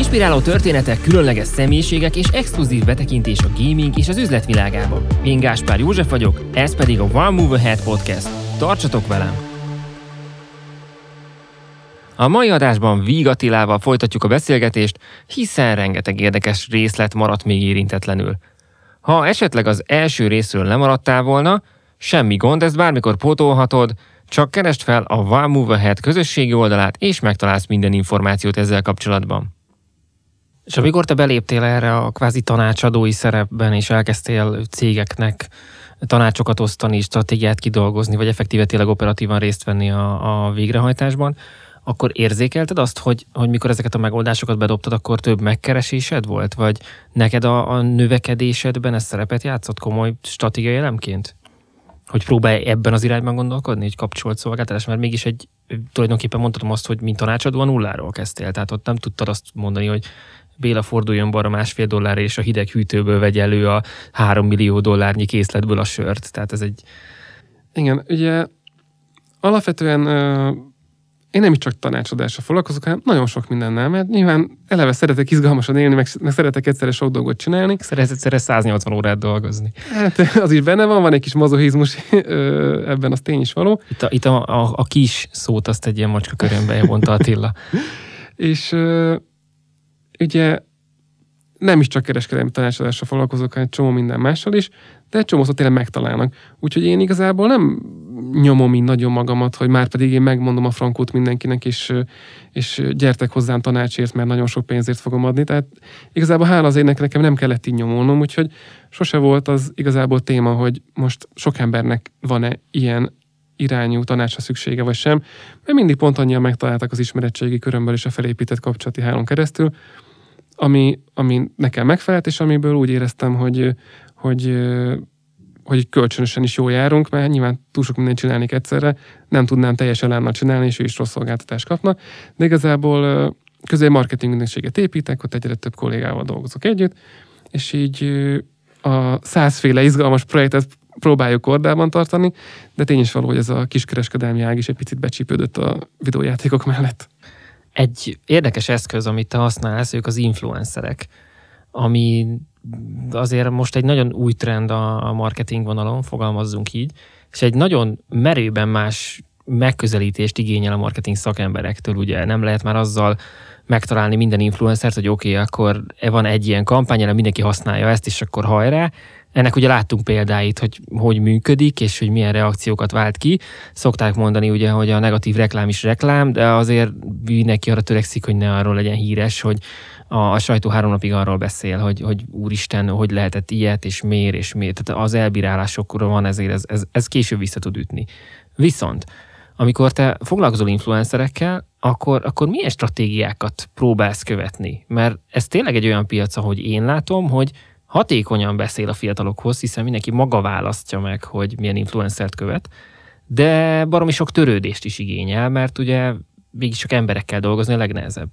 Inspiráló történetek, különleges személyiségek és exkluzív betekintés a gaming és az üzletvilágába. Én Gáspár József vagyok, ez pedig a One Move Ahead Podcast. Tartsatok velem! A mai adásban Víg Attilával folytatjuk a beszélgetést, hiszen rengeteg érdekes részlet maradt még érintetlenül. Ha esetleg az első részről lemaradtál volna, semmi gond, ezt bármikor pótolhatod, csak keresd fel a One Move Ahead közösségi oldalát, és megtalálsz minden információt ezzel kapcsolatban. És amikor te beléptél erre a kvázi tanácsadói szerepben, és elkezdtél cégeknek tanácsokat osztani, stratégiát kidolgozni, vagy effektíve tényleg operatívan részt venni a végrehajtásban, akkor érzékelted azt, hogy mikor ezeket a megoldásokat bedobtad, akkor több megkeresésed volt? Vagy neked a növekedésedben ez szerepet játszott komoly stratégiai elemként? Hogy próbálj ebben az irányban gondolkodni, hogy kapcsolt szolgáltatás, mert mégis tulajdonképpen mondhatom azt, hogy mint tanácsadó a nulláról kezdtél. Tehát ott nem tudtad azt mondani, hogy Béla, forduljon balra $1,5 és a hideg hűtőből vegye elő a $3 millió készletből a sört. Tehát ez egy... Igen, ugye alapvetően én nem is csak tanácsadással foglalkozok, hanem nagyon sok mindennel, mert nyilván eleve szeretek izgalmasan élni, meg szeretek egyszerre sok dolgot csinálni. Szeretsz egyszerre 180 órát dolgozni. Hát az is benne van egy kis mazochizmus ebben, az tény is való. Itt a kis szót azt egy ilyen macska körömbe mondta Attila. És ugye nem is csak kereskedelmi tanácsadással foglalkozok, hanem csomó minden mással is, de egy csomószor tényleg megtalálnak. Úgyhogy én igazából nem nyomom így nagyon magamat, hogy már pedig én megmondom a frankót mindenkinek, és gyertek hozzám tanácsért, mert nagyon sok pénzért fogom adni. Tehát igazából hála az énnek nekem nem kellett így nyomolnom, úgyhogy sose volt az igazából téma, hogy most sok embernek van-e ilyen irányú tanácsra szüksége, vagy sem, mert mindig pont annyian megtaláltak az ismeretségi körömből és a felépített kapcsolati hálón keresztül, ami nekem megfelelt, és amiből úgy éreztem, hogy kölcsönösen is jól járunk, mert nyilván túl sok mindent csinálnék egyszerre, nem tudnám teljesen lánnal csinálni, és ő is rossz szolgáltatást kapna, de igazából közé marketing ügynökséget építek, ott egyre több kollégával dolgozok együtt, és így a 100 féle izgalmas projektet próbáljuk kordában tartani, de tény is való, hogy ez a kiskereskedelmi ág is egy picit becsípődött a videójátékok mellett. Egy érdekes eszköz, amit te használsz, ők az influencerek, ami azért most egy nagyon új trend a marketing vonalon, fogalmazzunk így, és egy nagyon merőben más megközelítést igényel a marketing szakemberektől, ugye nem lehet már azzal megtalálni minden influencert, hogy oké, akkor van egy ilyen kampány, erre mindenki használja ezt, és akkor hajrá. Ennek ugye láttunk példáit, hogy működik, és hogy milyen reakciókat vált ki. Szokták mondani ugye, hogy a negatív reklám is reklám, de azért mindenki arra törekszik, hogy ne arról legyen híres, hogy a sajtó 3 napig arról beszél, hogy úristen, hogy lehetett ilyet, és miért. Tehát az elbírálásokról van, ezért ez később vissza tud ütni. Viszont, amikor te foglalkozol influencerekkel, akkor milyen stratégiákat próbálsz követni? Mert ez tényleg egy olyan piac, ahogy én látom, hogy hatékonyan beszél a fiatalokhoz, hiszen mindenki maga választja meg, hogy milyen influencert követ, de baromi sok törődést is igényel, mert ugye mégis csak emberekkel dolgozni a legnehezebb.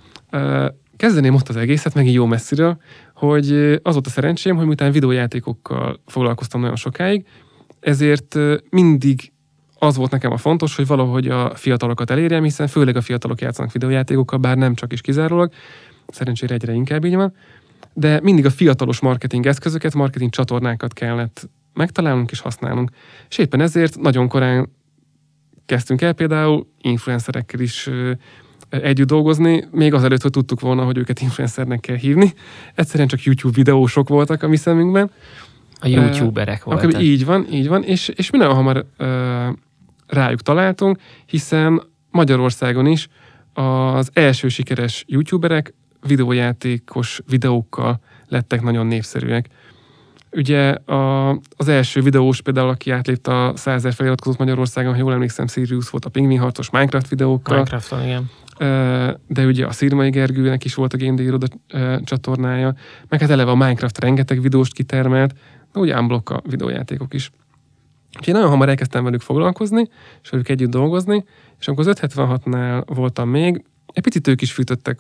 Kezdeném ott az egészet, meg így jó messziről, hogy az volt a szerencsém, hogy miután videójátékokkal foglalkoztam nagyon sokáig, ezért mindig az volt nekem a fontos, hogy valahogy a fiatalokat elérjem, hiszen főleg a fiatalok játszanak videójátékokkal, bár nem csak is kizárólag, szerencsére egyre inkább így van, de mindig a fiatalos marketing eszközöket, marketing csatornákat kellett megtalálnunk és használnunk. És éppen ezért nagyon korán kezdtünk el például influencerekkel is együtt dolgozni, még azelőtt, hogy tudtuk volna, hogy őket influencernek kell hívni. Egyszerűen csak YouTube videósok voltak a mi szemünkben. A YouTuberek voltak. Így van, és mi nagyon hamar rájuk találtunk, hiszen Magyarországon is az első sikeres YouTuberek videójátékos videókkal lettek nagyon népszerűek. Ugye az első videós például, aki átlépte a 100 000 feliratkozót Magyarországon, ha jól emlékszem, Sirius volt a Pingvin harcos Minecraft videókkal. Minecrafton, igen. De ugye a Szirmai Gergőnek is volt a Game Day Iroda csatornája, meg hát eleve a Minecraft rengeteg videóst kitermelt, de ugye unblock a videójátékok is. Úgyhogy én nagyon hamar elkezdtem velük foglalkozni, és velük együtt dolgozni, és amikor az 576-nál voltam még, egy picit ők is fűtöttek,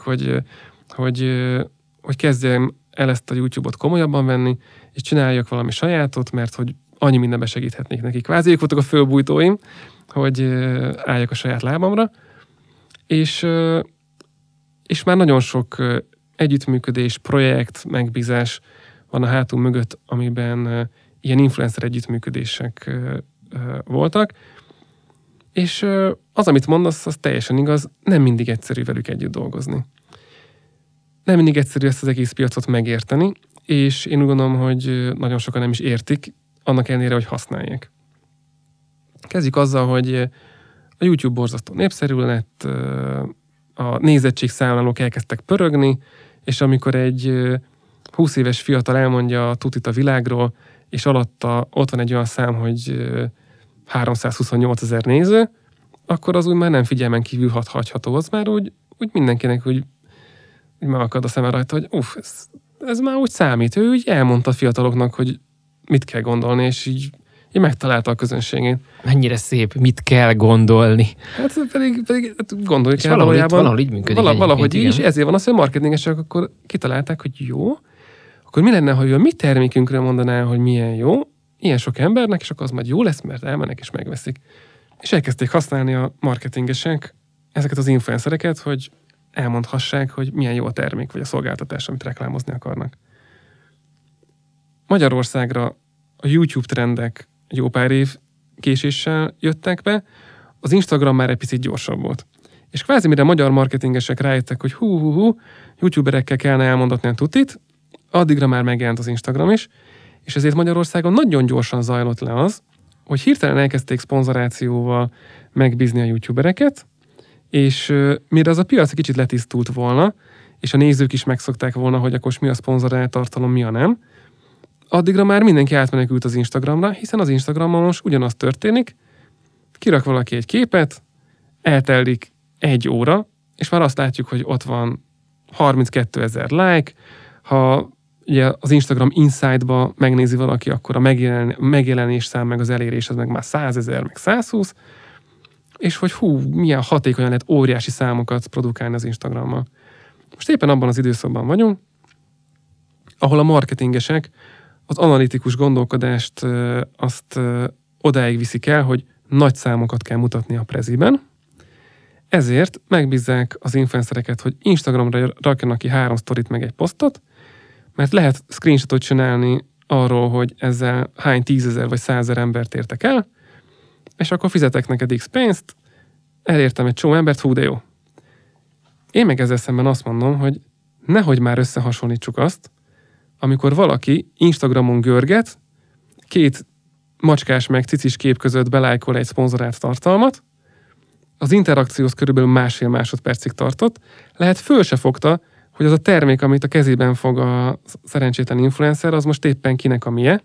hogy kezdjem el ezt a YouTube-ot komolyabban venni, és csináljak valami sajátot, mert hogy annyi mindenben segíthetnék nekik. Kvázi ők voltak a fölbújtóim, hogy álljak a saját lábamra, és már nagyon sok együttműködés, projekt, megbízás van a hátul mögött, amiben ilyen influencer együttműködések voltak. És az, amit mondasz, az teljesen igaz, nem mindig egyszerű velük együtt dolgozni. Nem mindig egyszerű ezt az egész piacot megérteni, és én úgy gondolom, hogy nagyon sokan nem is értik, annak ellenére, hogy használják. Kezdjük azzal, hogy a YouTube borzasztó népszerű lett, a nézettségszámlálók elkezdtek pörögni, és amikor egy 20 éves fiatal elmondja a tutit a világról, és alatta ott van egy olyan szám, hogy 328 000 néző, akkor az úgy már nem figyelmen kívül hagyható. Az már úgy mindenkinek úgy megakad a szeme rajta, hogy ez már úgy számít. Ő úgy elmondta a fiataloknak, hogy mit kell gondolni, és így megtalálta a közönségét. Mennyire szép, mit kell gondolni. Hát pedig gondoljuk el valahol valahol így működik. Valahogy így, és ezért van az, hogy a marketingesek akkor kitalálták, hogy jó, akkor mi lenne, ha ő a mi termékünkről mondaná, hogy milyen jó, ilyen sok embernek, és akkor az majd jó lesz, mert elmennek és megveszik. És elkezdték használni a marketingesek ezeket az influencereket, hogy elmondhassák, hogy milyen jó a termék, vagy a szolgáltatás, amit reklámozni akarnak. Magyarországra a YouTube trendek jó pár év késéssel jöttek be, az Instagram már egy picit gyorsabb volt. És kvázi mire magyar marketingesek rájöttek, hogy youtuberekkel kellene elmondatni a tutit, addigra már megjelent az Instagram is, és ezért Magyarországon nagyon gyorsan zajlott le az, hogy hirtelen elkezdték szponzorációval megbízni a youtubereket, és mire az a piac egy kicsit letisztult volna, és a nézők is megszokták volna, hogy akkor mi a szponzorált tartalom, mi a nem, addigra már mindenki átmenekült az Instagramra, hiszen az Instagramon most ugyanaz történik, kirak valaki egy képet, eltelik 1 óra, és már azt látjuk, hogy ott van 32 000 like, ha ugye az Instagram Insight-ba megnézi valaki, akkor a megjelenés szám meg az elérés az meg már 100 000, meg 120, és hogy milyen hatékonyan lehet óriási számokat produkálni az Instagrammal. Most éppen abban az időszakban vagyunk, ahol a marketingesek az analitikus gondolkodást azt odáig viszik el, hogy nagy számokat kell mutatni a preziben, ezért megbízzák az influencereket, hogy Instagramra rakjanak ki 3 sztorit meg egy posztot, mert lehet screenshotot csinálni arról, hogy ezzel hány 10 000 vagy 100 000 embert értek el, és akkor fizetek neked X pénzt, elértem egy csomó embert, de jó. Én meg ezzel szemben azt mondom, hogy nehogy már összehasonlítsuk azt, amikor valaki Instagramon görget, 2 macskás meg cicis kép között belájkol egy szponzorált tartalmat, az interakcióhoz körülbelül 1,5 másodpercig tartott, lehet föl se fogta, hogy az a termék, amit a kezében fog a szerencsétlen influencer, az most éppen kinek a milyen,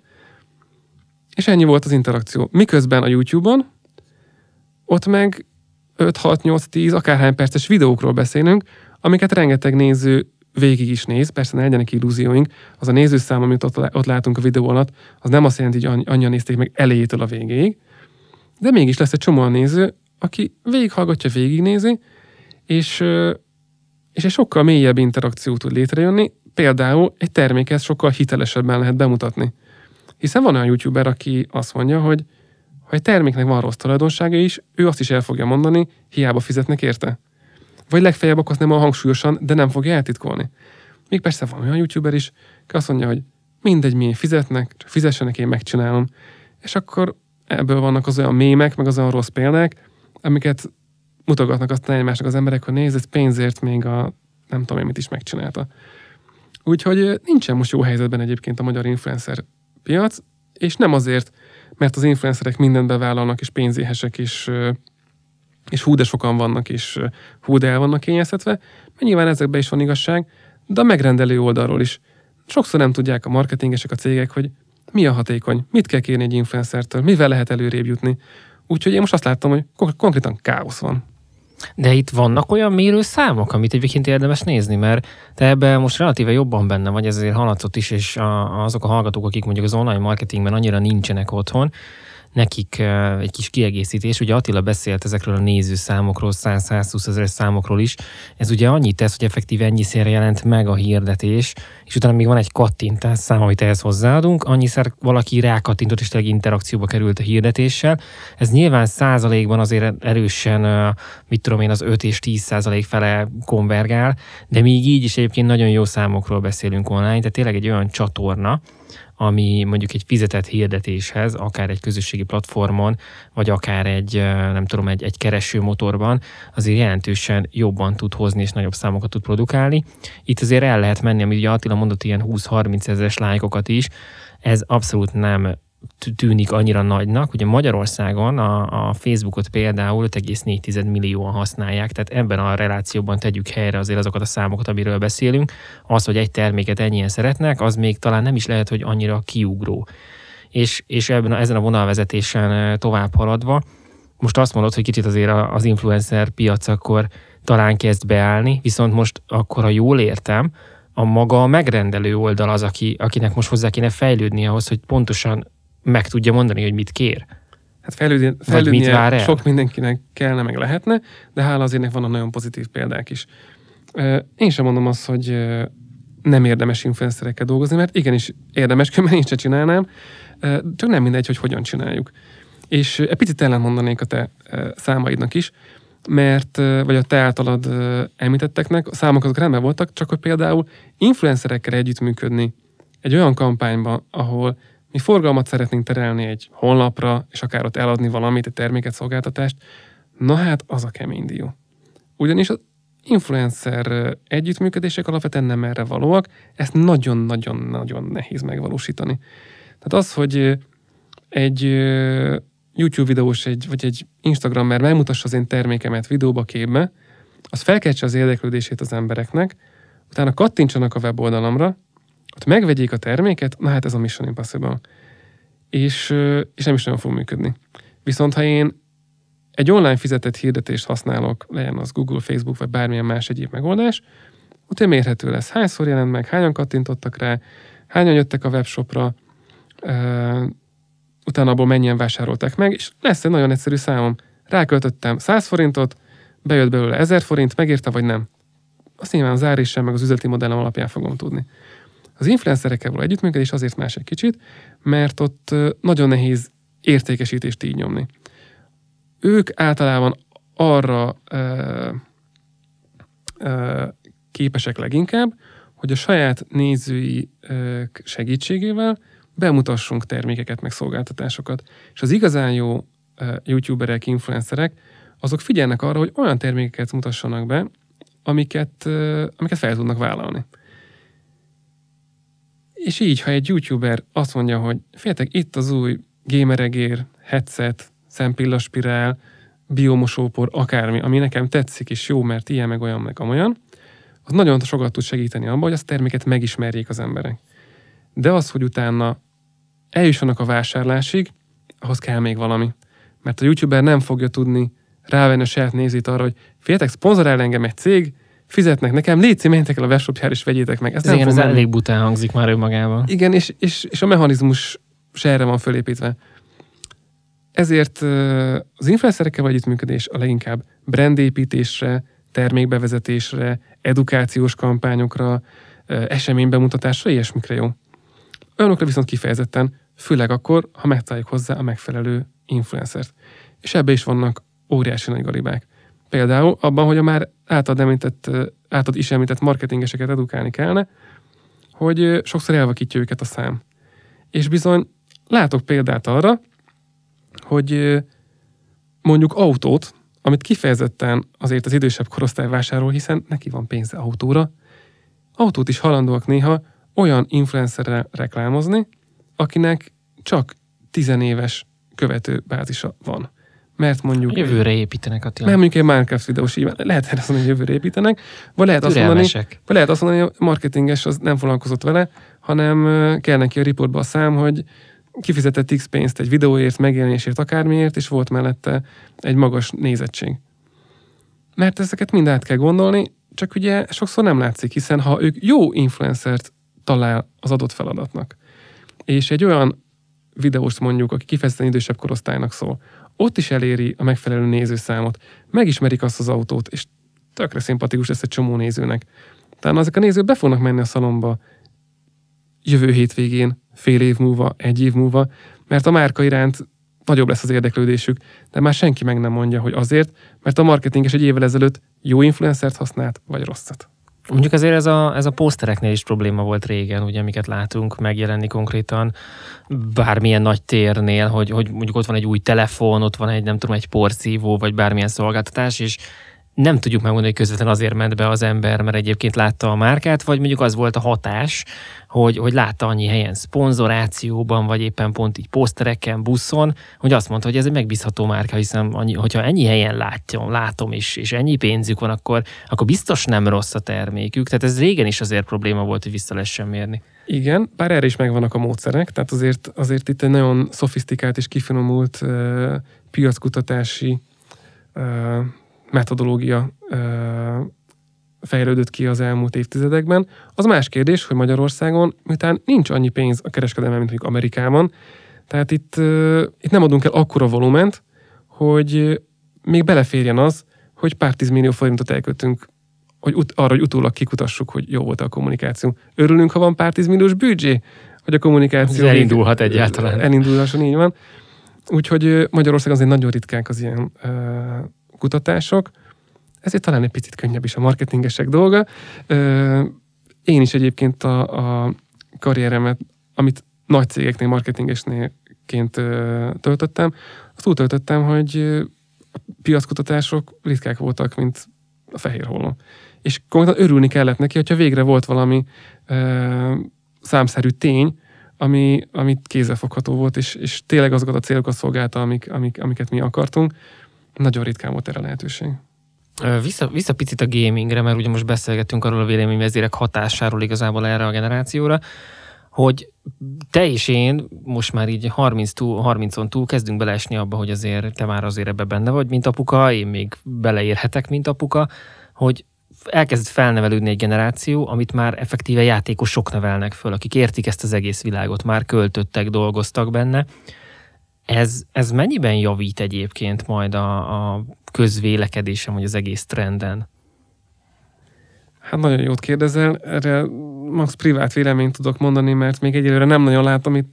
és ennyi volt az interakció. Miközben a YouTube-on, ott meg 5-6-8-10 akárhány perces videókról beszélünk, amiket rengeteg néző végig is néz, persze ne legyenek illúzióink, az a nézőszám, amit ott látunk a videó alatt, az nem azt jelenti, hogy annyian nézték meg elejétől a végéig, de mégis lesz egy csomó néző, aki végighallgatja, végignézi, és egy sokkal mélyebb interakció tud létrejönni, például egy terméket sokkal hitelesebben lehet bemutatni. Hiszen van olyan youtuber, aki azt mondja, hogy ha egy terméknek van rossz tulajdonsága is, ő azt is el fogja mondani, hiába fizetnek érte. Vagy legfeljebb akkor nem olyan hangsúlyosan, de nem fogja eltitkolni. Még persze van olyan youtuber is, aki azt mondja, hogy mindegy, milyen fizetnek, csak fizessenek, én megcsinálom. És akkor ebből vannak az olyan mémek, meg az olyan rossz példák, amiket mutogatnak aztán egymásnak az emberek, hogy nézd, pénzért még a nem tudom én mit is megcsinálta. Úgyhogy nincsen most jó helyzetben egyébként a magyar influencer piac, és nem azért, mert az influencerek mindent bevállalnak, és pénzéhesek, és de sokan vannak, és de el vannak kényeztetve, mert nyilván ezekben is van igazság, de a megrendelő oldalról is. Sokszor nem tudják a marketingesek, a cégek, hogy mi a hatékony, mit kell kérni egy influencertől, mivel lehet előrébb jutni. Úgyhogy én most azt láttam, hogy konkrétan káosz van. De itt vannak olyan mérőszámok, amit egyébként érdemes nézni, mert te ebben most relatíve jobban benne vagy, ezért hallatszott is, és azok a hallgatók, akik mondjuk az online marketingben annyira nincsenek otthon, nekik egy kis kiegészítés. Ugye Attila beszélt ezekről a nézőszámokról, 100-120 ezeres számokról is. Ez ugye annyit tesz, hogy effektíve ennyiszer jelent meg a hirdetés, és utána még van egy kattintás szám, amit ehhez hozzáadunk, annyiszer valaki rákattintott, és tényleg interakcióba került a hirdetéssel. Ez nyilván százalékban azért erősen, mit tudom én, az 5 és 10% fele konvergál, de még így is egyébként nagyon jó számokról beszélünk online, tehát tényleg egy olyan csatorna, ami mondjuk egy fizetett hirdetéshez, akár egy közösségi platformon, vagy akár egy keresőmotorban, azért jelentősen jobban tud hozni, és nagyobb számokat tud produkálni. Itt azért el lehet menni, amit ugye Attila mondott, ilyen 20-30 ezeres lájkokat is, ez abszolút nem tűnik annyira nagynak. Ugye Magyarországon a Facebookot például 5,4 millióan használják, tehát ebben a relációban tegyük helyre azért azokat a számokat, amiről beszélünk. Az, hogy egy terméket ennyien szeretnek, az még talán nem is lehet, hogy annyira kiugró. És ezen a vonalvezetésen tovább haladva, most azt mondod, hogy kicsit azért az influencer piac akkor talán kezd beállni, viszont most akkor, ha jól értem, a maga megrendelő oldal az, akinek most hozzá kéne fejlődni ahhoz, hogy pontosan meg tudja mondani, hogy mit kér. Hát fejlődnie sok mindenkinek kellene, meg lehetne, de hála azért vannak nagyon pozitív példák is. Én sem mondom azt, hogy nem érdemes influencerekkel dolgozni, mert igenis érdemes, mert én sem csinálnám, csak nem mindegy, hogy hogyan csináljuk. És egy picit ellentmondanék a te számaidnak is, mert, vagy a te általad említetteknek, a számok azok rendben voltak, csak hogy például influencerekkel együttműködni egy olyan kampányban, ahol mi forgalmat szeretnénk terelni egy honlapra, és akár ott eladni valamit, egy terméket, szolgáltatást, na hát az a kemény dió. Ugyanis az influencer együttműködések alapvetően nem erre valóak, ezt nagyon-nagyon-nagyon nehéz megvalósítani. Tehát az, hogy egy YouTube videós vagy egy Instagrammer megmutassa az én termékemet videóba, képbe, az felkeltse az érdeklődését az embereknek, utána kattintsanak a weboldalamra, ott megvegyék a terméket, na hát ez a Mission Impossible. És nem is nagyon fog működni. Viszont ha én egy online fizetett hirdetést használok, legyen az Google, Facebook, vagy bármilyen más egyéb megoldás, ott mérhető lesz. Hányszor jelent meg, hányan kattintottak rá, hányan jöttek a webshopra, utána abból mennyien vásárolták meg, és lesz egy nagyon egyszerű számom. Ráköltöttem 100 forintot, bejött belőle 1000 forint, megérte vagy nem. Azt nyilván az áréssel, meg az üzleti modellem alapján fogom tudni. Az influencerekkel való együttműködés azért más egy kicsit, mert ott nagyon nehéz értékesítést így nyomni. Ők általában arra képesek leginkább, hogy a saját nézői segítségével bemutassunk termékeket, meg szolgáltatásokat. És az igazán jó youtuberek, influencerek, azok figyelnek arra, hogy olyan termékeket mutassanak be, amiket fel tudnak vállalni. És így, ha egy youtuber azt mondja, hogy féltek, itt az új gameregér, headset, szempillaspirál, biomosópor, akármi, ami nekem tetszik és jó, mert ilyen, meg olyan, meg amolyan, az nagyon sokat tud segíteni abban, hogy azt a terméket megismerjék az emberek. De az, hogy utána eljussanak a vásárlásig, ahhoz kell még valami. Mert a youtuber nem fogja tudni rávenni a saját nézőit arra, hogy féltek, szponzorál engem egy cég, fizetnek nekem, légy, menjetek el a webshopjára és vegyétek meg. Ez igen, ez elég bután hangzik már önmagában. Igen, és a mechanizmus se erre van fölépítve. Ezért az influencerekkel vagy együttműködés a leginkább brandépítésre, termékbevezetésre, edukációs kampányokra, eseménybemutatásra, ilyesmikre jó. Olyanokra viszont kifejezetten, főleg akkor, ha megtaláljuk hozzá a megfelelő influencert. És ebbe is vannak óriási nagy galibák. Például abban, hogy a már általad is említett marketingeseket edukálni kellene, hogy sokszor elvakítja őket a szám. És bizony látok példát arra, hogy mondjuk autót, amit kifejezetten azért az idősebb korosztály vásárol, hiszen neki van pénze autóra, autót is hajlandóak néha olyan influencerre reklámozni, akinek csak 10 éves követőbázisa van. Mert mondjuk... Jövőre építenek, Attila. Mert mondjuk egy Minecraft videós így lehet erre azt mondani, hogy jövőre építenek, vagy lehet azt mondani, hogy a marketinges az nem foglalkozott vele, hanem kell neki a riportba a szám, hogy kifizetett X pénzt egy videóért, megjelenésért, akármiért, és volt mellette egy magas nézettség. Mert ezeket mind át kell gondolni, csak ugye sokszor nem látszik, hiszen ha ők jó influencert talál az adott feladatnak, és egy olyan videóst mondjuk, aki kifejezetten idősebb korosztálynak szól, ott is eléri a megfelelő nézőszámot, megismerik azt az autót, és tökre szimpatikus lesz egy csomó nézőnek. Tehát ezek a nézők be fognak menni a szalomba jövő hétvégén, fél év múlva, egy év múlva, mert a márka iránt nagyobb lesz az érdeklődésük, de már senki meg nem mondja, hogy azért, mert a marketinges egy évvel ezelőtt jó influencert használt, vagy rosszat. Mondjuk azért ez a posztereknél is probléma volt régen, ugye, amiket látunk megjelenni konkrétan bármilyen nagy térnél, hogy mondjuk ott van egy új telefon, ott van egy, nem tudom, egy porszívó, vagy bármilyen szolgáltatás, és nem tudjuk megmondani, hogy közvetlenül azért ment be az ember, mert egyébként látta a márkát, vagy mondjuk az volt a hatás, hogy látta annyi helyen szponzorációban, vagy éppen pont így posztereken, buszon, hogy azt mondta, hogy ez egy megbízható márka, hiszen hogyha ennyi helyen látom, és ennyi pénzük van, akkor biztos nem rossz a termékük. Tehát ez régen is azért probléma volt, hogy vissza lehessen mérni. Igen, bár erre is megvannak a módszerek, tehát azért itt egy nagyon szofisztikált és kifinomult piackutatási metodológia fejlődött ki az elmúlt évtizedekben. Az más kérdés, hogy Magyarországon, miután nincs annyi pénz a kereskedelemben, mint mondjuk Amerikában, tehát itt nem adunk el akkora volument, hogy még beleférjen az, hogy pár 10 millió forintot elköltünk arra, hogy utólag kikutassuk, hogy jó volt a kommunikáció. Örülünk, ha van pár 10 milliós büdzsé, hogy a kommunikáció elindulhat egyáltalán. Elindulhasson, így van. Úgyhogy Magyarországon azért nagyon ritkák az ilyen kutatások, ezért talán egy picit könnyebb is a marketingesek dolga. Én is egyébként a karrieremet, amit nagy cégeknél, marketingesnéként töltöttem, azt úgy töltöttem, hogy a piackutatások ritkák voltak, mint a fehér holló. És konkrétan örülni kellett neki, hogyha végre volt valami számszerű tény, amit kézzelfogható volt, és tényleg azokat a célokat szolgálta, amiket mi akartunk. Nagyon ritkán volt erre lehetőség. Vissza picit a gamingre, mert ugye most beszélgettünk arról a véleményvezérek hatásáról igazából erre a generációra, hogy te és én most már így 30-on túl kezdünk beleesni abba, hogy azért te már azért ebbe benne vagy, mint apuka, én még beleérhetek, mint apuka, hogy elkezd felnevelődni egy generáció, amit már effektíve játékosok nevelnek föl, akik értik ezt az egész világot, már költöttek, dolgoztak benne. Ez mennyiben javít egyébként majd a közvélekedésem, vagy az egész trenden? Hát nagyon jót kérdezel, erre max privát véleményt tudok mondani, mert még egyelőre nem nagyon látom itt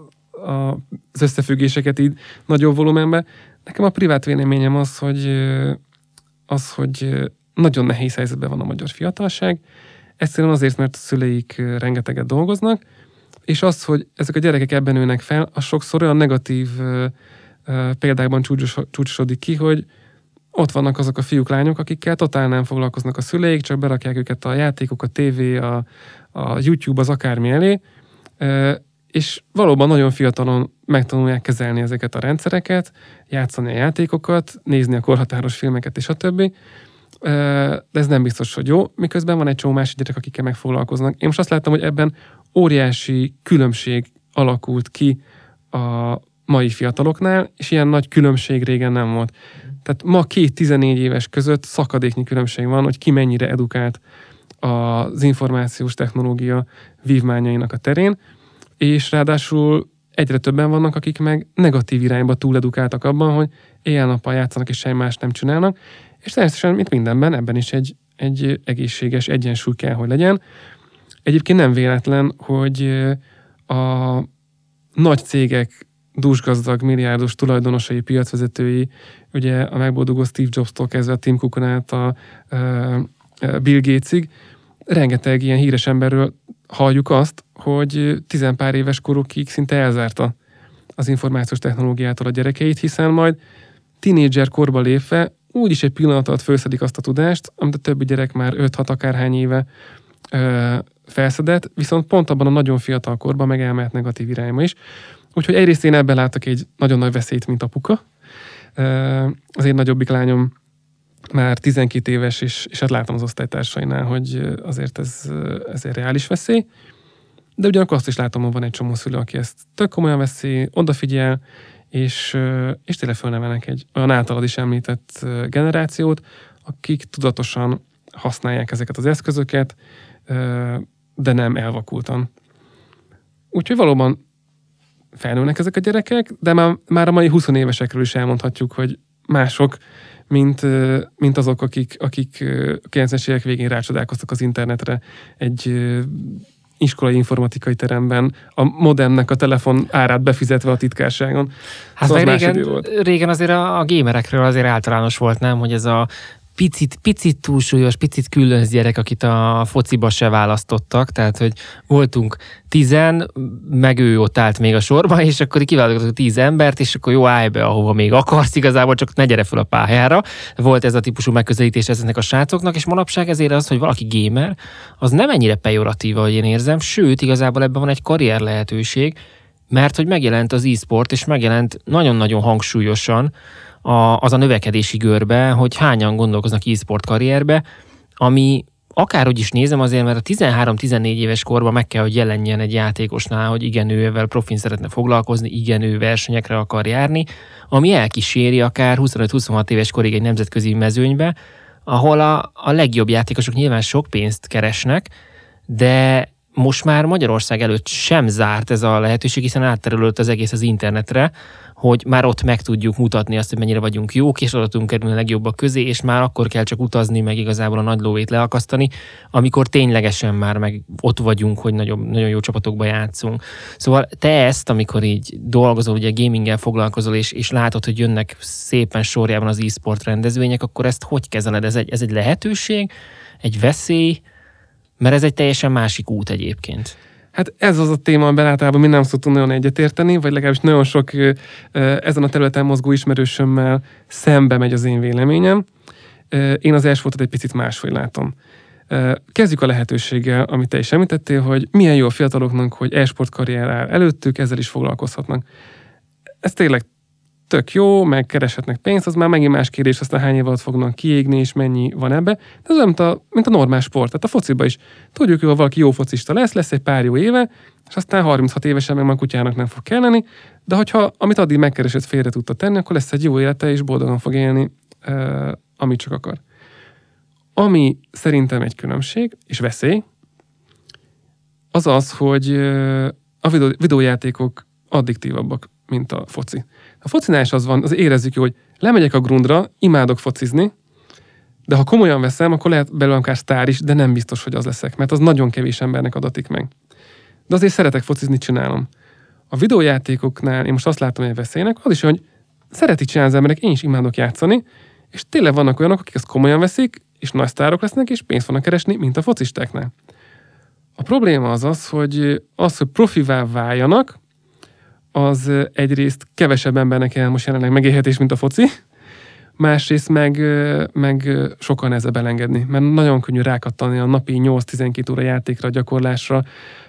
az összefüggéseket így nagyobb volumenben. Nekem a privát véleményem az, hogy nagyon nehéz helyzetben van a magyar fiatalság. Egyszerűen azért, mert a szüleik rengeteget dolgoznak, és az, hogy ezek a gyerekek ebben nőnek fel, az sokszor olyan negatív példákban csúcsosodik ki, hogy ott vannak azok a fiúk, lányok, akikkel totál nem foglalkoznak a szüleik, csak berakják őket a játékok, a tévé, a YouTube, az akármi elé, és valóban nagyon fiatalon megtanulják kezelni ezeket a rendszereket, játszani a játékokat, nézni a korhatáros filmeket és a többi, de ez nem biztos, hogy jó, miközben van egy csomó másik gyerek, akikkel megfoglalkoznak. Én most azt láttam, hogy ebben óriási különbség alakult ki a mai fiataloknál, és ilyen nagy különbség régen nem volt. Tehát ma 2-14 éves között szakadéknyi különbség van, hogy ki mennyire edukált az információs technológia vívmányainak a terén, és ráadásul egyre többen vannak, akik meg negatív irányba túledukáltak abban, hogy éjjel-nappal játszanak és semmi más nem csinálnak, és természetesen, mint mindenben, ebben is egy egészséges egyensúly kell, hogy legyen. Egyébként nem véletlen, hogy a nagy cégek dúsgazdag, milliárdos tulajdonosai, piacvezetői, ugye a megboldogó Steve Jobs-tól kezdve a Tim Cookon át a Bill Gatesig, rengeteg ilyen híres emberről halljuk azt, hogy 10 pár éves korukig szinte elzárta az információs technológiától a gyerekeit, hiszen majd tínédzser korba lépve úgyis egy pillanat alatt felszedik azt a tudást, amit a többi gyerek már 5-6 akárhány éve felszedett, viszont pont abban a nagyon fiatal korban meg elmehet negatív irányba is. Úgyhogy egyrészt én ebben látok egy nagyon nagy veszélyt, mint apuka. Az én nagyobbik lányom már 12 éves, és hát látom az osztálytársainál, hogy azért ez egy reális veszély. De ugyanakkor azt is látom, hogy van egy csomó szülő, aki ezt tök komolyan veszi, odafigyel, és tényleg fölnevelnek egy olyan általad is említett generációt, akik tudatosan használják ezeket az eszközöket, de nem elvakultan. Úgyhogy valóban felnőnek ezek a gyerekek, de már a mai 20 évesekről is elmondhatjuk, hogy mások, mint azok, akik 90-es évek végén rácsodálkoztak az internetre egy iskolai informatikai teremben, a modemnek a telefon árát befizetve a titkárságon. Hát szóval régen azért a gamerekről azért általános volt, nem, hogy ez a picit túlsúlyos, picit különc gyerek, akit a fociba se választottak, tehát, hogy voltunk 10, meg ő ott állt még a sorban, és akkor kiválasztottuk 10 embert, és akkor jó, állj be, ahova még akarsz, igazából csak ne gyere fel a pályára. Volt ez a típusú megközelítés ezeknek a srácoknak, és manapság ezért az, hogy valaki gamer, az nem ennyire pejoratív, ahogy én érzem, sőt, igazából ebben van egy karrier lehetőség, mert hogy megjelent az e-sport, és megjelent nagyon-nagyon hangsúlyosan az a növekedési görbe, hogy hányan gondolkoznak e-sport karrierbe, ami akárhogy is nézem azért, mert a 13-14 éves korban meg kell, hogy jelenjen egy játékosnál, hogy igen, ő ezzel profin szeretne foglalkozni, igen, ő versenyekre akar járni, ami elkíséri akár 25-26 éves korig egy nemzetközi mezőnybe, ahol a legjobb játékosok nyilván sok pénzt keresnek, de most már Magyarország előtt sem zárt ez a lehetőség, hiszen átterülött az egész az internetre, hogy már ott meg tudjuk mutatni azt, hogy mennyire vagyunk jók, és oda tudunk kerülni a legjobbak közé, és már akkor kell csak utazni, meg igazából a nagy lóvét leakasztani, amikor ténylegesen már meg ott vagyunk, hogy nagyon jó csapatokba játszunk. Szóval te ezt, amikor így dolgozol, ugye gaminggel foglalkozol, és látod, hogy jönnek szépen sorjában az e-sport rendezvények, akkor ezt hogy kezeled? Ez egy lehetőség, egy veszély, mert ez egy teljesen másik út egyébként. Hát ez az a téma, amiben általában mi nem szoktunk nagyon egyetérteni, vagy legalábbis nagyon sok ezen a területen mozgó ismerősömmel szembe megy az én véleményem. Én az e-sportot egy picit máshogy látom. Kezdjük a lehetőséggel, amit te is említettél, hogy milyen jó a fiataloknak, hogy e-sport karrier áll előttük, ezzel is foglalkozhatnak. Ez tényleg tök jó, meg kereshetnek pénzt, az már megint más kérdés, aztán hány év alatt fognak kiégni, és mennyi van ebbe. De ez olyan, mint a normál sport. Tehát a fociba is tudjuk, hogy valaki jó focista lesz egy pár jó éve, és aztán 36 évesen meg már kutyának nem fog kelleni, de hogyha amit addig megkeresett félre tudta tenni, akkor lesz egy jó élete, és boldogan fog élni, amit csak akar. Ami szerintem egy különbség, és veszély, az az, hogy a videójátékok addiktívabbak, mint a foci. A focinál is az van, az érezzük jó, hogy lemegyek a grundra, imádok focizni, de ha komolyan veszem, akkor lehet belőle akár sztár is, de nem biztos, hogy az leszek, mert az nagyon kevés embernek adatik meg. De azért szeretek focizni, csinálom. A videójátékoknál én most azt látom, hogy veszélynek, az is, hogy szeretik csinálni az emberek, én is imádok játszani, és tényleg vannak olyanok, akik ezt komolyan veszik, és nagy sztárok lesznek, és pénzt fognak keresni, mint a focistáknál. A probléma az, hogy profivá váljanak, az egyrészt kevesebb embernek jelen most jelenleg megélhetés, mint a foci, másrészt meg sokkal nehezebb elengedni, mert nagyon könnyű rákattani a napi 8-12 óra játékra, gyakorlásra,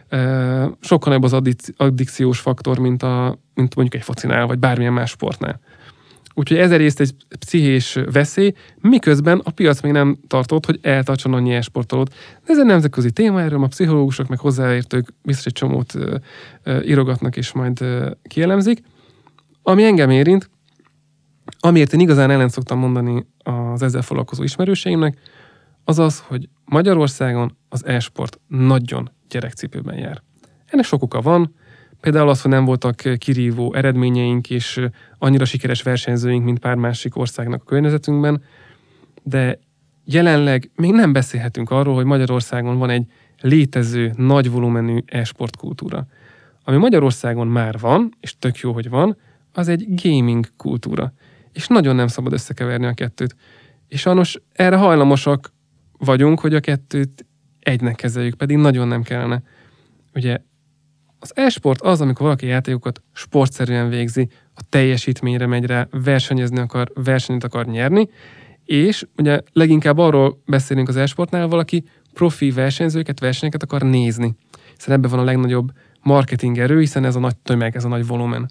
sokkal nagyobb az addikciós faktor, mint mondjuk egy focinál, vagy bármilyen más sportnál. Úgyhogy ez egyrészt egy pszichés veszély, miközben a piac még nem tartott, hogy eltartson annyi e-sportolót. De ez egy nemzetközi téma, erről a pszichológusok, meg hozzáértők biztos egy csomót írogatnak és majd kielemzik. Ami engem érint, amiért én igazán ellen szoktam mondani az ezzel foglalkozó ismerőseimnek, az az, hogy Magyarországon az e-sport nagyon gyerekcipőben jár. Ennek sok oka van, például az, hogy nem voltak kirívó eredményeink és annyira sikeres versenyzőink, mint pár másik országnak a környezetünkben, de jelenleg még nem beszélhetünk arról, hogy Magyarországon van egy létező, nagy volumenű e-sport kultúra. Ami Magyarországon már van, és tök jó, hogy van, az egy gaming kultúra. És nagyon nem szabad összekeverni a kettőt. És sajnos erre hajlamosak vagyunk, hogy a kettőt egynek kezeljük, pedig nagyon nem kellene. Ugye az e-sport az, amikor valaki játékokat sportszerűen végzi, a teljesítményre megy rá, versenyt akar nyerni, és ugye leginkább arról beszélünk az e-sportnál, valaki profi versenyeket akar nézni. Hiszen ebben van a legnagyobb marketing erő, hiszen ez a nagy tömeg, ez a nagy volumen.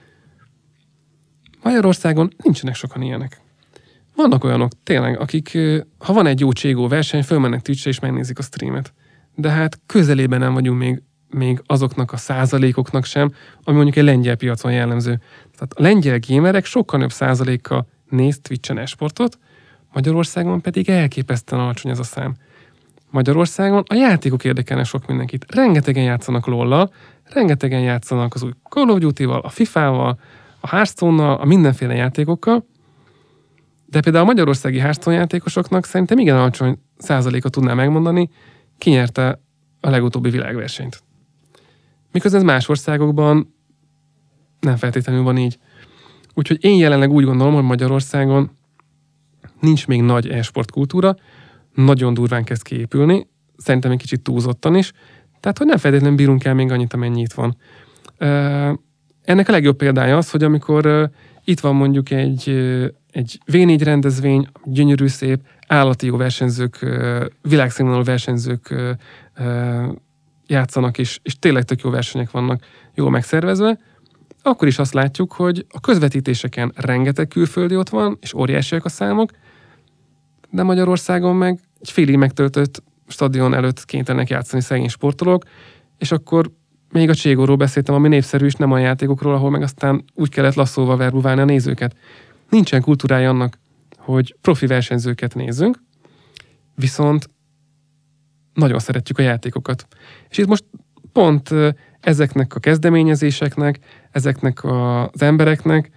Magyarországon nincsenek sokan ilyenek. Vannak olyanok, tényleg, akik, ha van egy jó cségó verseny, fölmennek Twitchre és megnézik a streamet. De hát közelében nem vagyunk még azoknak a százalékoknak sem, ami mondjuk egy lengyel piacon jellemző. Tehát a lengyel gamerek sokkal nagyobb százaléka néz Twitchen e-sportot, Magyarországon pedig elképesztően alacsony ez a szám. Magyarországon a játékok érdekelnek sok mindenkit. Rengetegen játszanak LOL-lal, rengetegen játszanak az új Call of Duty-val, a FIFA-val, a Hearthstone-nal, a mindenféle játékokkal, de például a magyarországi Hearthstone játékosoknak szerintem igen alacsony százaléka tudná megmondani, ki nyerte a legutóbbi világversenyt. Miközben ez más országokban nem feltétlenül van így. Úgyhogy én jelenleg úgy gondolom, hogy Magyarországon nincs még nagy e-sport kultúra, nagyon durván kezd kiépülni, szerintem egy kicsit túlzottan is, tehát hogy nem feltétlenül bírunk el még annyit, amennyi itt van. Ennek a legjobb példája az, hogy amikor itt van mondjuk egy V4 rendezvény, gyönyörű szép, állati jó versenyzők, világszínvonalú versenyzők játszanak, és tényleg tök jó versenyek vannak, jól megszervezve, akkor is azt látjuk, hogy a közvetítéseken rengeteg külföldi ott van, és óriásiak a számok, de Magyarországon meg egy félig megtöltött stadion előtt kénytelenek játszani szegény sportolók, és akkor még a Cségóról beszéltem, ami népszerű is, nem a játékokról, ahol meg aztán úgy kellett lasszóval verbuválni a nézőket. Nincsen kultúrája annak, hogy profi versenyzőket nézzünk, viszont nagyon szeretjük a játékokat. És itt most pont ezeknek a kezdeményezéseknek, ezeknek az embereknek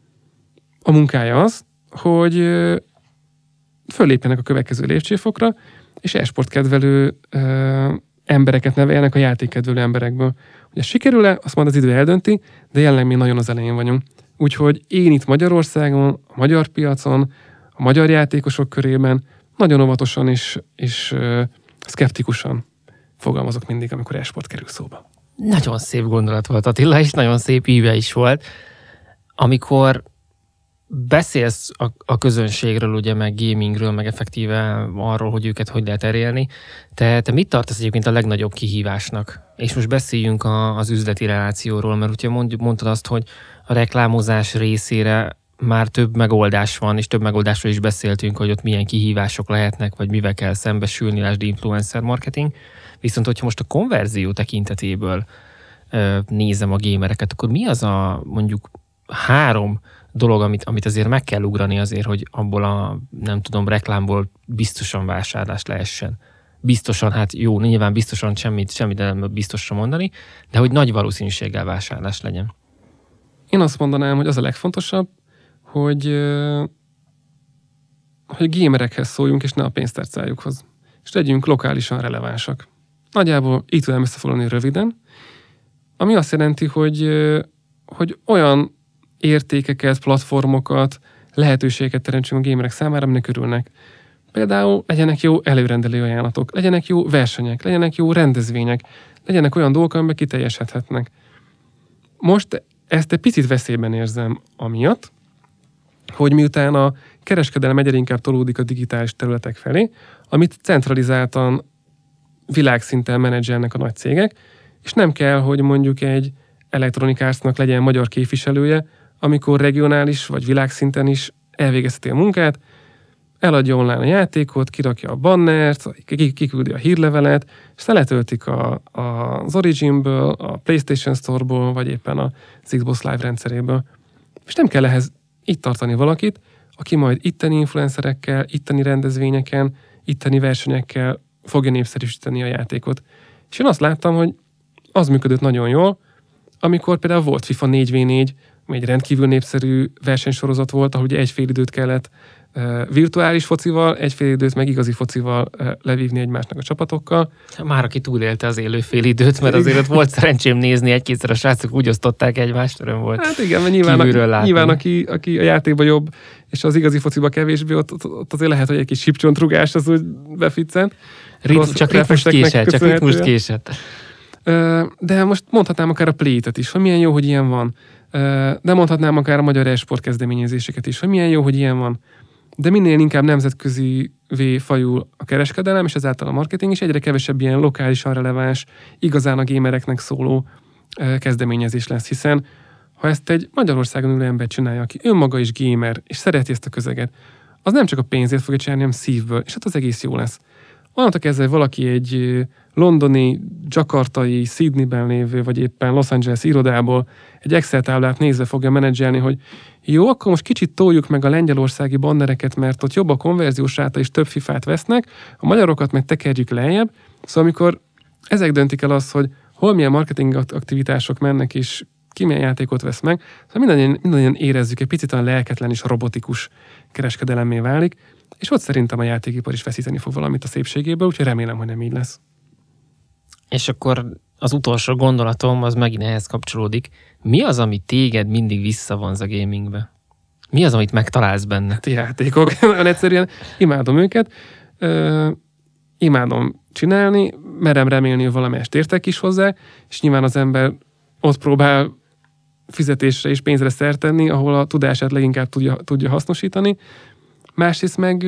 a munkája az, hogy föllépjenek a következő lépcsőfokra, és e-sportkedvelő embereket neveljenek a játékkedvelő emberekből. Ugye sikerül-e, azt majd az idő eldönti, de jelenleg még nagyon az elején vagyunk. Úgyhogy én itt Magyarországon, a magyar piacon, a magyar játékosok körében nagyon óvatosan és szkeptikusan fogalmazok mindig, amikor e-sport kerül szóba. Nagyon szép gondolat volt, Attila, és nagyon szép íve is volt. Amikor beszélsz a közönségről, ugye, meg gamingről, meg effektíve arról, hogy őket hogy lehet elérni, te mit tartasz egyébként a legnagyobb kihívásnak? És most beszéljünk az üzleti relációról, mert ugye mondtad azt, hogy a reklámozás részére már több megoldás van, és több megoldásról is beszéltünk, hogy ott milyen kihívások lehetnek, vagy mivel kell szembesülni, lásd influencer marketing. Viszont, hogyha most a konverzió tekintetéből nézem a gamereket, akkor mi az a mondjuk 3 dolog, amit azért meg kell ugrani azért, hogy abból a, nem tudom, reklámból biztosan vásárlás lehessen. Biztosan, hát jó, nyilván biztosan semmit nem biztosra mondani, de hogy nagy valószínűséggel vásárlás legyen. Én azt mondanám, hogy az a legfontosabb, hogy gamerekhez szóljunk, és ne a pénztárcájukhoz. És legyünk lokálisan relevánsak. Nagyjából így tudom összefoglalni röviden, ami azt jelenti, hogy olyan értékeket, platformokat, lehetőségeket teremtsünk a gamerek számára, aminek örülnek. Például legyenek jó előrendelő ajánlatok, legyenek jó versenyek, legyenek jó rendezvények, legyenek olyan dolgok, amelyek kiteljesedhetnek. Most ezt egy picit veszélyben érzem amiatt, hogy miután a kereskedelem egyre inkább tolódik a digitális területek felé, amit centralizáltan világszinten menedzselnek a nagy cégek, és nem kell, hogy mondjuk egy Electronic Arts-nak legyen magyar képviselője, amikor regionális vagy világszinten is elvégezheti a munkát, eladja online a játékot, kirakja a bannert, kiküldi a hírlevelet, és letöltik az Originből, a PlayStation Store-ból, vagy éppen az Xbox Live rendszeréből. És nem kell ehhez itt tartani valakit, aki majd itteni influencerekkel, itteni rendezvényeken, itteni versenyekkel fogja népszerűsíteni a játékot. És én azt láttam, hogy az működött nagyon jól, amikor például volt FIFA 4v4, ami egy rendkívül népszerű versenysorozat volt, ahol ugye egy fél időt kellett virtuális focival, egy fél időt meg igazi focival levívni egymásnak a csapatokkal. Már aki túlélte az élő fél időt, mert azért ott volt szerencsém nézni, egy-kétszer a srácok úgy osztották egymást, öröm volt. Hát igen, mert nyilván aki a játékban jobb, és az igazi fociba kevésbé, ott azért lehet, hogy egy kis sípcsontrugás az úgy beficcent. Csak ritmust késett. De most mondhatnám akár a Play-t is, hogy milyen jó, hogy ilyen van. De mondhatnám akár a magyar e-sport kezdeményezéseket is, hogy milyen jó, hogy ilyen van. De minél inkább nemzetközivé fajul a kereskedelem, és ezáltal a marketing is, egyre kevesebb ilyen lokálisan releváns, igazán a gamereknek szóló kezdeményezés lesz, hiszen ha ezt egy Magyarországon ülő ember csinálja, aki önmaga is gamer, és szereti ezt a közeget, az nem csak a pénzért fogja csinálni, hanem szívből, és hát az egész jó lesz. Onnantól kezdve valaki egy londoni, jakartai, Sydneyben lévő, vagy éppen Los Angeles irodából egy Excel táblát nézve fogja menedzselni, hogy jó, akkor most kicsit toljuk meg a lengyelországi bannereket, mert ott jobb a konverziós ráta és több fifát vesznek, a magyarokat meg tekerjük lejjebb. Szóval amikor ezek döntik el azt, hogy hol milyen marketing aktivitások mennek, és ki milyen játékot vesz meg, szóval mindannyian érezzük, egy picit olyan lelketlen és robotikus kereskedelemmé válik, és ott szerintem a játékipar is veszíteni fog valamit a szépségéből, úgyhogy remélem, hogy nem így lesz. És akkor az utolsó gondolatom, az megint ehhez kapcsolódik. Mi az, ami téged mindig visszavonz a gamingbe? Mi az, amit megtalálsz benne? Hát játékok. Egyszerűen imádom őket. Imádom csinálni, merem remélni, hogy valamelyest értek is hozzá, és nyilván az ember ott próbál fizetésre és pénzre szert tenni, ahol a tudását leginkább tudja hasznosítani. Másrészt meg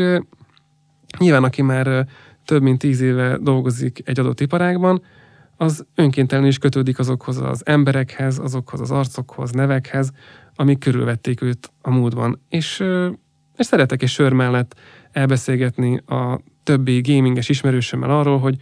nyilván, aki már több mint 10 éve dolgozik egy adott iparágban, az önkéntelenül is kötődik azokhoz az emberekhez, azokhoz az arcokhoz, nevekhez, amik körülvették őt a múltban. És szeretek egy sör mellett elbeszélgetni a többi gaminges ismerősömmel arról, hogy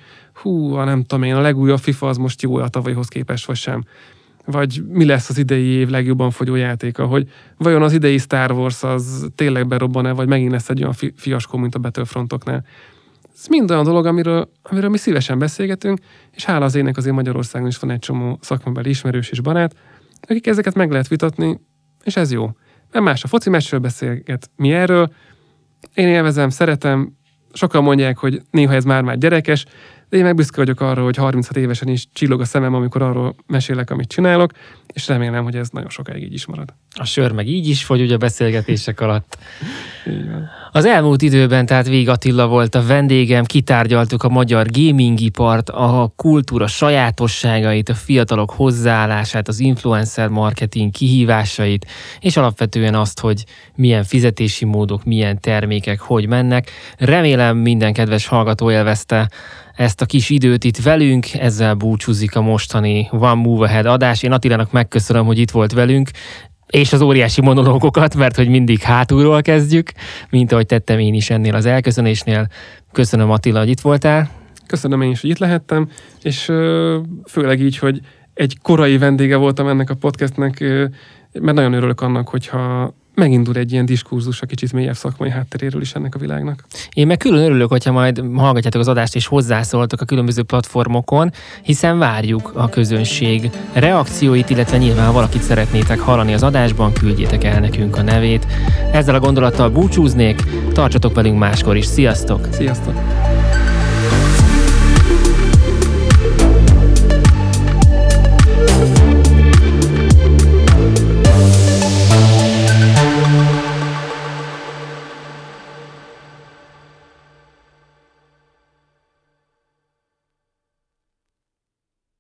nem tudom én, a legújabb FIFA az most jó a tavalyhoz képest, vagy sem. Vagy mi lesz az idei év legjobban fogyó játéka, hogy vajon az idei Star Wars az tényleg berobban-e, vagy megint lesz egy olyan fiaskó, mint a Battlefrontoknál. Ez mind olyan dolog, amiről mi szívesen beszélgetünk, és hála az ének azért Magyarországon is van egy csomó szakmabeli ismerős és barát, akik ezeket meg lehet vitatni, és ez jó. Mert más a foci meccsről beszélget, mi erről. Én élvezem, szeretem, sokan mondják, hogy néha ez már gyerekes, de én meg büszke vagyok arra, hogy 36 évesen is csillog a szemem, amikor arról mesélek, amit csinálok, és remélem, hogy ez nagyon sokáig így is marad. A sör meg így is fogy ugye a beszélgetések alatt. Így van. Az elmúlt időben tehát Vég Attila volt a vendégem, kitárgyaltuk a magyar gamingipart, a kultúra sajátosságait, a fiatalok hozzáállását, az influencer marketing kihívásait, és alapvetően azt, hogy milyen fizetési módok, milyen termékek, hogy mennek. Remélem minden kedves hallgató élvezte ezt a kis időt itt velünk, ezzel búcsúzik a mostani One Move Ahead adás. Én Attilának megköszönöm, hogy itt volt velünk, és az óriási monológokat, mert hogy mindig hátulról kezdjük, mint ahogy tettem én is ennél az elköszönésnél. Köszönöm, Attila, hogy itt voltál. Köszönöm én is, hogy itt lehettem, és főleg így, hogy egy korai vendége voltam ennek a podcastnek, mert nagyon örülök annak, hogyha megindul egy ilyen diskurzus a kicsit mélyebb szakmai hátteréről is ennek a világnak. Én meg külön örülök, hogyha majd hallgatjátok az adást és hozzászóltok a különböző platformokon, hiszen várjuk a közönség reakcióit, illetve nyilván, ha valakit szeretnétek hallani az adásban, küldjétek el nekünk a nevét. Ezzel a gondolattal búcsúznék, tartsatok velünk máskor is. Sziasztok! Sziasztok!